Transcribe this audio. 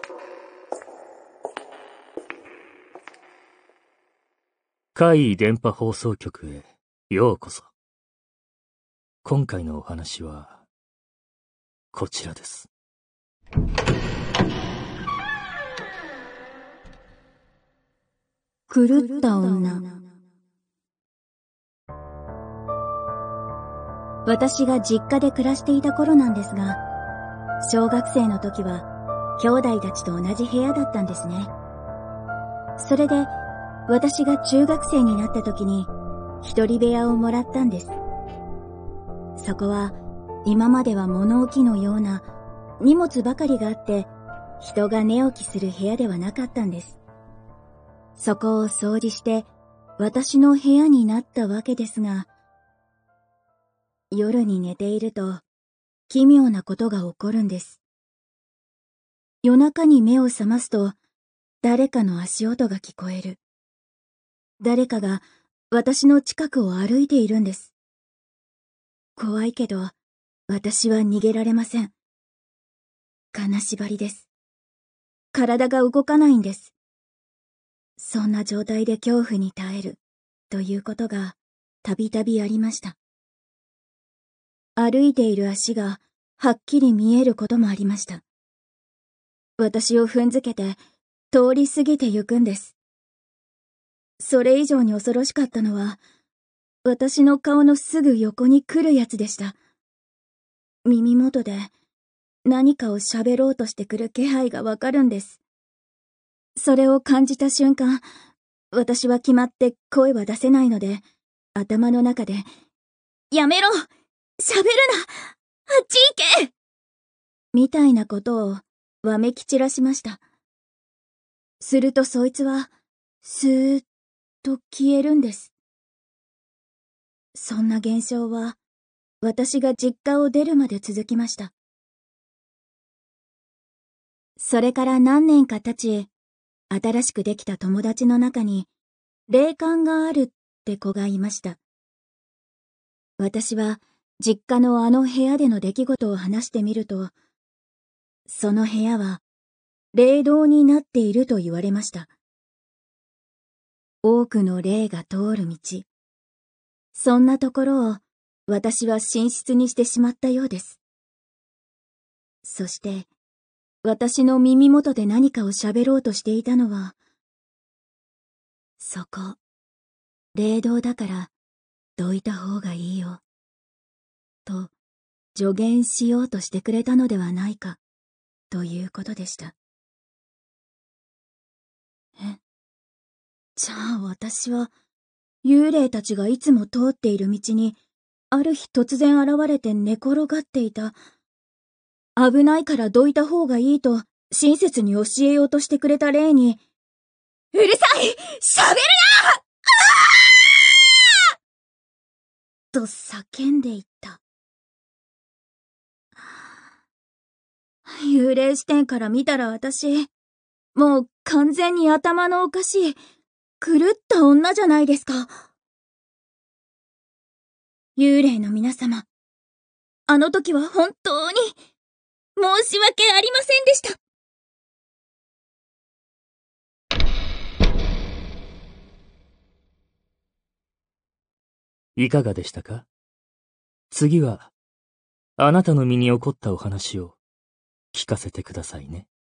怪異電波放送局へようこそ。今回のお話は、こちらです。 狂った女。私が実家で暮らしていた頃なんですが、小学生の時は兄弟たちと同じ部屋だったんですね。それで私が中学生になった時に一人部屋をもらったんです。そこは今までは物置のような荷物ばかりがあって人が寝起きする部屋ではなかったんです。そこを掃除して私の部屋になったわけですが、夜に寝ていると奇妙なことが起こるんです。夜中に目を覚ますと誰かの足音が聞こえる。誰かが私の近くを歩いているんです。怖いけど私は逃げられません。金縛りです。体が動かないんです。そんな状態で恐怖に耐えるということがたびたびありました。歩いている足がはっきり見えることもありました。私を踏んづけて通り過ぎてゆくんです。それ以上に恐ろしかったのは、私の顔のすぐ横に来るやつでした。耳元で何かを喋ろうとしてくる気配がわかるんです。それを感じた瞬間、私は決まって声は出せないので、頭の中で、やめろ！喋るな！あっち行け！みたいなことをわめき散らしました。するとそいつは、スーッと消えるんです。そんな現象は、私が実家を出るまで続きました。それから何年か経ち、新しくできた友達の中に、霊感があるって子がいました。私は、実家のあの部屋での出来事を話してみると、その部屋は、霊道になっていると言われました。多くの霊が通る道。そんなところを、私は寝室にしてしまったようです。そして、私の耳元で何かを喋ろうとしていたのは、そこ、霊道だから、どいた方がいいよ。と、助言しようとしてくれたのではないか、ということでした。じゃあ私は、幽霊たちがいつも通っている道に、ある日突然現れて寝転がっていた。危ないからどいた方がいいと、親切に教えようとしてくれた霊に、うるさい！喋るな！と叫んでいった。幽霊視点から見たら私、もう完全に頭のおかしい、狂った女じゃないですか。幽霊の皆様、あの時は本当に申し訳ありませんでした。 いかがでしたか？次は、あなたの身に起こったお話を聞かせてくださいね。